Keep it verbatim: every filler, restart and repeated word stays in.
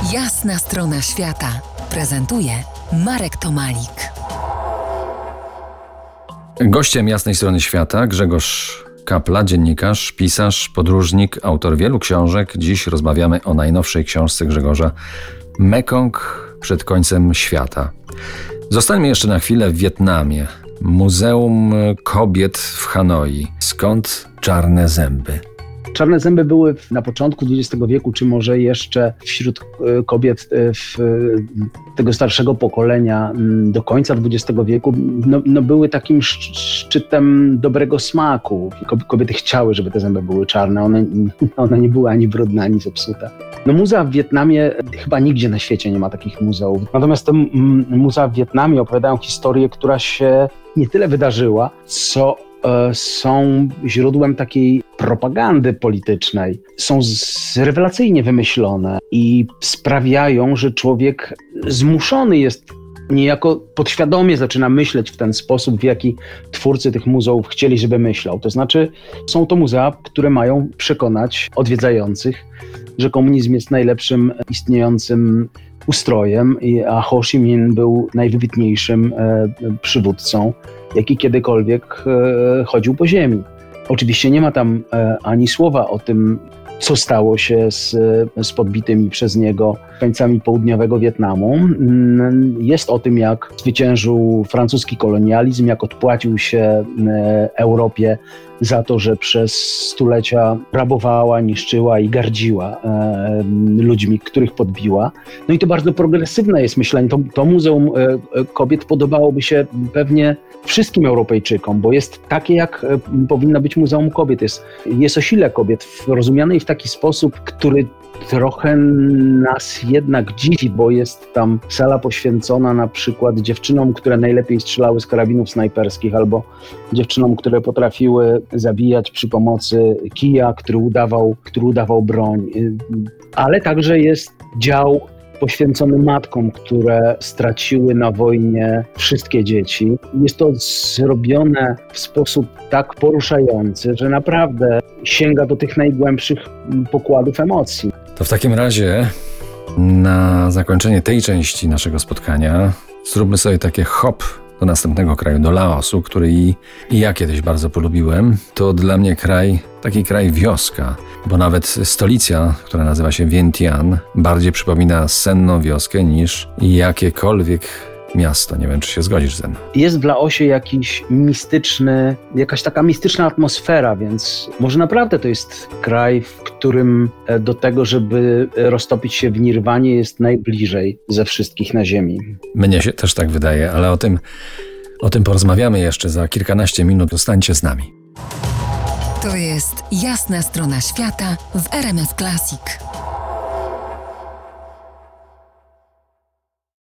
Jasna strona świata prezentuje Marek Tomalik. Gościem Jasnej Strony Świata Grzegorz Kapla, dziennikarz, pisarz, podróżnik, autor wielu książek. Dziś rozmawiamy o najnowszej książce Grzegorza Mekong przed końcem świata. Zostańmy jeszcze na chwilę w Wietnamie. Muzeum Kobiet w Hanoi. Skąd czarne zęby? Czarne zęby były na początku dwudziestego wieku, czy może jeszcze wśród kobiet w tego starszego pokolenia do końca dwudziestego wieku, no, no były takim szczytem dobrego smaku. Kobiety chciały, żeby te zęby były czarne, one, one nie były ani brudne, ani zepsute. No muzea w Wietnamie, chyba nigdzie na świecie nie ma takich muzeów. Natomiast te muzea w Wietnamie opowiadają historię, która się nie tyle wydarzyła, co są źródłem takiej propagandy politycznej. Są z, rewelacyjnie wymyślone i sprawiają, że człowiek zmuszony jest, niejako podświadomie zaczyna myśleć w ten sposób, w jaki twórcy tych muzeów chcieli, żeby myślał. To znaczy, są to muzea, które mają przekonać odwiedzających, że komunizm jest najlepszym istniejącym ustrojem, a Ho Chi Minh był najwybitniejszym e, przywódcą, jaki kiedykolwiek e, chodził po ziemi. Oczywiście nie ma tam e, ani słowa o tym, co stało się z, z podbitymi przez niego krańcami południowego Wietnamu. Jest o tym, jak zwyciężył francuski kolonializm, jak odpłacił się e, Europie za to, że przez stulecia rabowała, niszczyła i gardziła e, ludźmi, których podbiła. No i to bardzo progresywne jest myślenie. To, to Muzeum e, Kobiet podobałoby się pewnie wszystkim Europejczykom, bo jest takie, jak e, powinno być Muzeum Kobiet. Jest, jest o sile kobiet, w, rozumianej w taki sposób, który trochę nas jednak dziwi, bo jest tam sala poświęcona na przykład dziewczynom, które najlepiej strzelały z karabinów snajperskich, albo dziewczynom, które potrafiły zabijać przy pomocy kija, który udawał, który udawał broń. Ale także jest dział poświęcony matkom, które straciły na wojnie wszystkie dzieci. Jest to zrobione w sposób tak poruszający, że naprawdę sięga do tych najgłębszych pokładów emocji. To w takim razie na zakończenie tej części naszego spotkania zróbmy sobie takie hop do następnego kraju, do Laosu, który i, i ja kiedyś bardzo polubiłem. To dla mnie kraj, taki kraj wioska, bo nawet stolica, która nazywa się Vientiane, bardziej przypomina senną wioskę niż jakiekolwiek miasto. Nie wiem, czy się zgodzisz ze mną. Jest w Laosie jakiś mistyczny, jakaś taka mistyczna atmosfera, więc może naprawdę to jest kraj, w którym do tego, żeby roztopić się w nirwanie, jest najbliżej ze wszystkich na ziemi. Mnie się też tak wydaje, ale o tym, o tym porozmawiamy jeszcze za kilkanaście minut. Zostańcie z nami. To jest Jasna Strona Świata w R M F Classic.